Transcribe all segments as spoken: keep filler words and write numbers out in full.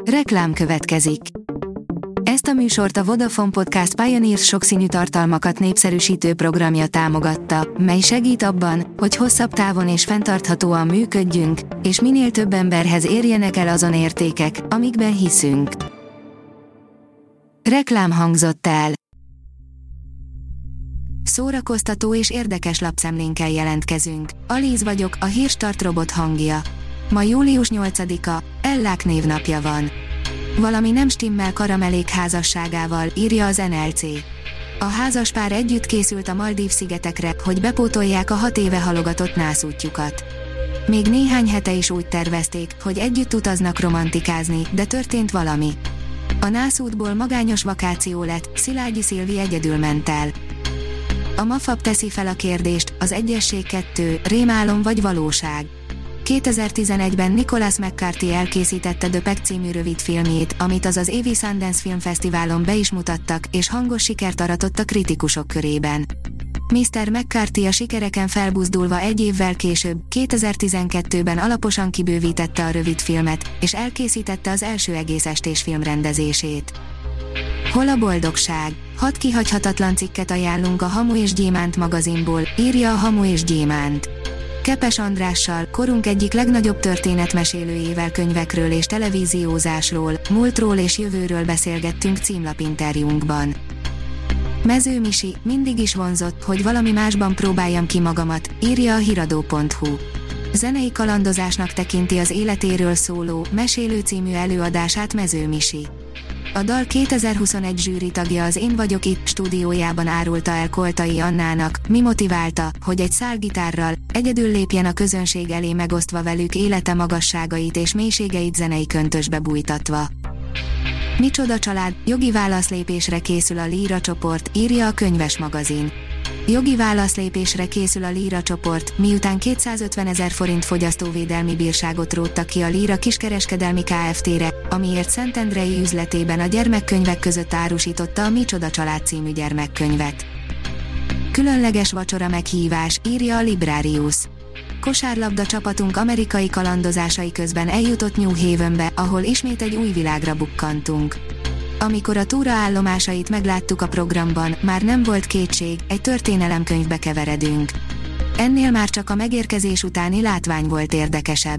Reklám következik. Ezt a műsort a Vodafone Podcast Pioneers sokszínű tartalmakat népszerűsítő programja támogatta, mely segít abban, hogy hosszabb távon és fenntarthatóan működjünk, és minél több emberhez érjenek el azon értékek, amikben hiszünk. Reklám hangzott el. Szórakoztató és érdekes lapszemlénkkel jelentkezünk. Alíz vagyok, a Hírstart robot hangja. Ma július nyolcadika, Ellák névnapja van. Valami nem stimmel Karamellék házasságával, írja az en el cé. A házaspár együtt készült a Maldív-szigetekre, hogy bepótolják a hat éve halogatott nászútjukat. Még néhány hete is úgy tervezték, hogy együtt utaznak romantikázni, de történt valami. A nászútból magányos vakáció lett, Szilágyi Szilvi egyedül ment el. A Mafab teszi fel a kérdést, az Egyesség kettő, rémálom vagy valóság. kétezer-tizenegyben Nicholas McCarthy elkészítette The Pact című rövidfilmjét, amit az az évi Sundance Film Fesztiválon be is mutattak, és hangos sikert aratott a kritikusok körében. miszter McCarthy a sikereken felbuzdulva egy évvel később, kétezer-tizenkettőben alaposan kibővítette a rövidfilmet, és elkészítette az első egész estés filmrendezését. Hol a boldogság? Hat kihagyhatatlan cikket ajánlunk a Hamu és Gyémánt magazinból, írja a Hamu és Gyémánt. Kepes Andrással, korunk egyik legnagyobb történetmesélőjével könyvekről és televíziózásról, múltról és jövőről beszélgettünk címlapinterjúnkban. Mező Misi, mindig is vonzott, hogy valami másban próbáljam ki magamat, írja a hiradó pont hu. Zenei kalandozásnak tekinti az életéről szóló, Mesélő című előadását Mező Misi. A dal kétezer-huszonegy zsűri tagja az Én vagyok itt stúdiójában árulta el Koltai Annának, mi motiválta, hogy egy szálgitárral, egyedül lépjen a közönség elé megosztva velük élete magasságait és mélységeit zenei köntösbe bújtatva. Micsoda család, jogi válaszlépésre készül a Líra csoport, írja a Könyves magazin. Jogi válaszlépésre készül a Líra csoport, miután kétszázötvenezer forint fogyasztóvédelmi bírságot róttak ki a Líra kiskereskedelmi Kft-re, amiért Szentendrei üzletében a gyermekkönyvek között árusította a Micsoda család című gyermekkönyvet. Különleges vacsora meghívás, írja a Librarius. Kosárlabda csapatunk amerikai kalandozásai közben eljutott New Havenbe, ahol ismét egy új világra bukkantunk. Amikor a túra állomásait megláttuk a programban, már nem volt kétség, egy történelemkönyvbe keveredünk. Ennél már csak a megérkezés utáni látvány volt érdekesebb.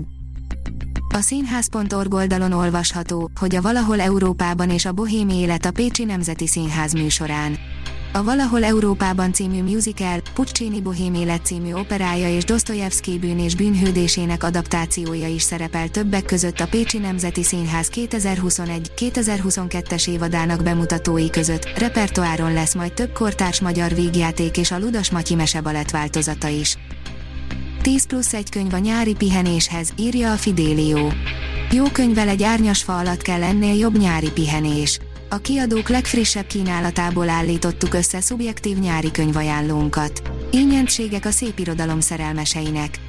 A színház pont org oldalon olvasható, hogy a Valahol Európában és a bohémi élet a Pécsi Nemzeti Színház műsorán. A Valahol Európában című musical, Puccini Bohém élet című operája és Dosztojevszkij Bűn és bűnhődésének adaptációja is szerepel többek között a Pécsi Nemzeti Színház kétezer-huszonegy-kétezer-huszonkettes évadának bemutatói között. Repertoáron lesz majd több kortárs magyar vígjáték és a Ludas Matyi mesebalett változata is. tíz plusz egy könyv a nyári pihenéshez, írja a Fidelio. Jó könyvvel egy árnyas fa alatt kell ennél jobb nyári pihenés. A kiadók legfrissebb kínálatából állítottuk össze szubjektív nyári könyvajánlónkat. Ínyentségek a szépirodalom szerelmeseinek.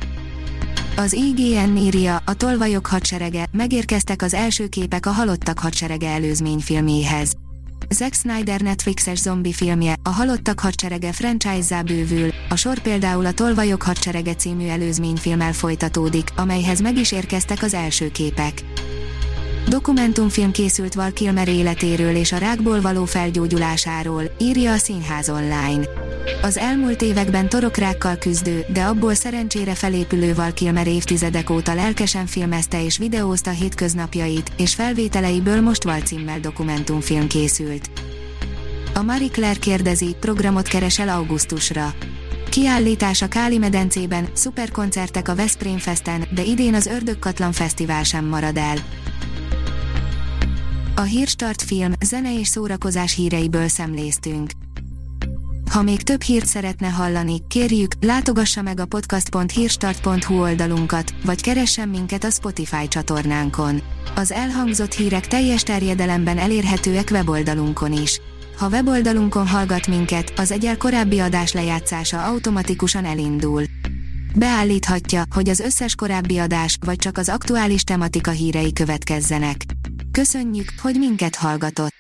Az i gé en írja, a Tolvajok hadserege, megérkeztek az első képek a Halottak hadserege előzményfilméhez. Zack Snyder Netflixes zombi filmje, a Halottak hadserege franchise-zá bővül, a sor például a Tolvajok hadserege című előzményfilmmel folytatódik, amelyhez meg is érkeztek az első képek. Dokumentumfilm készült Val Kilmer életéről és a rákból való felgyógyulásáról, írja a Színház online. Az elmúlt években torokrákkal küzdő, de abból szerencsére felépülő Val Kilmer évtizedek óta lelkesen filmezte és videózta hétköznapjait, és felvételeiből most Val címmel dokumentumfilm készült. A Marie Claire kérdezi, programot keresel augusztusra. Kiállítás a Káli-medencében, szuperkoncertek a Veszprém Festen, de idén az Ördögkatlan Fesztivál sem marad el. A Hírstart film, zene és szórakozás híreiből szemléztünk. Ha még több hírt szeretne hallani, kérjük, látogassa meg a podcast pont hírstart pont hu oldalunkat, vagy keressen minket a Spotify csatornánkon. Az elhangzott hírek teljes terjedelemben elérhetőek weboldalunkon is. Ha weboldalunkon hallgat minket, az egyel korábbi adás lejátszása automatikusan elindul. Beállíthatja, hogy az összes korábbi adás, vagy csak az aktuális tematika hírei következzenek. Köszönjük, hogy minket hallgatott!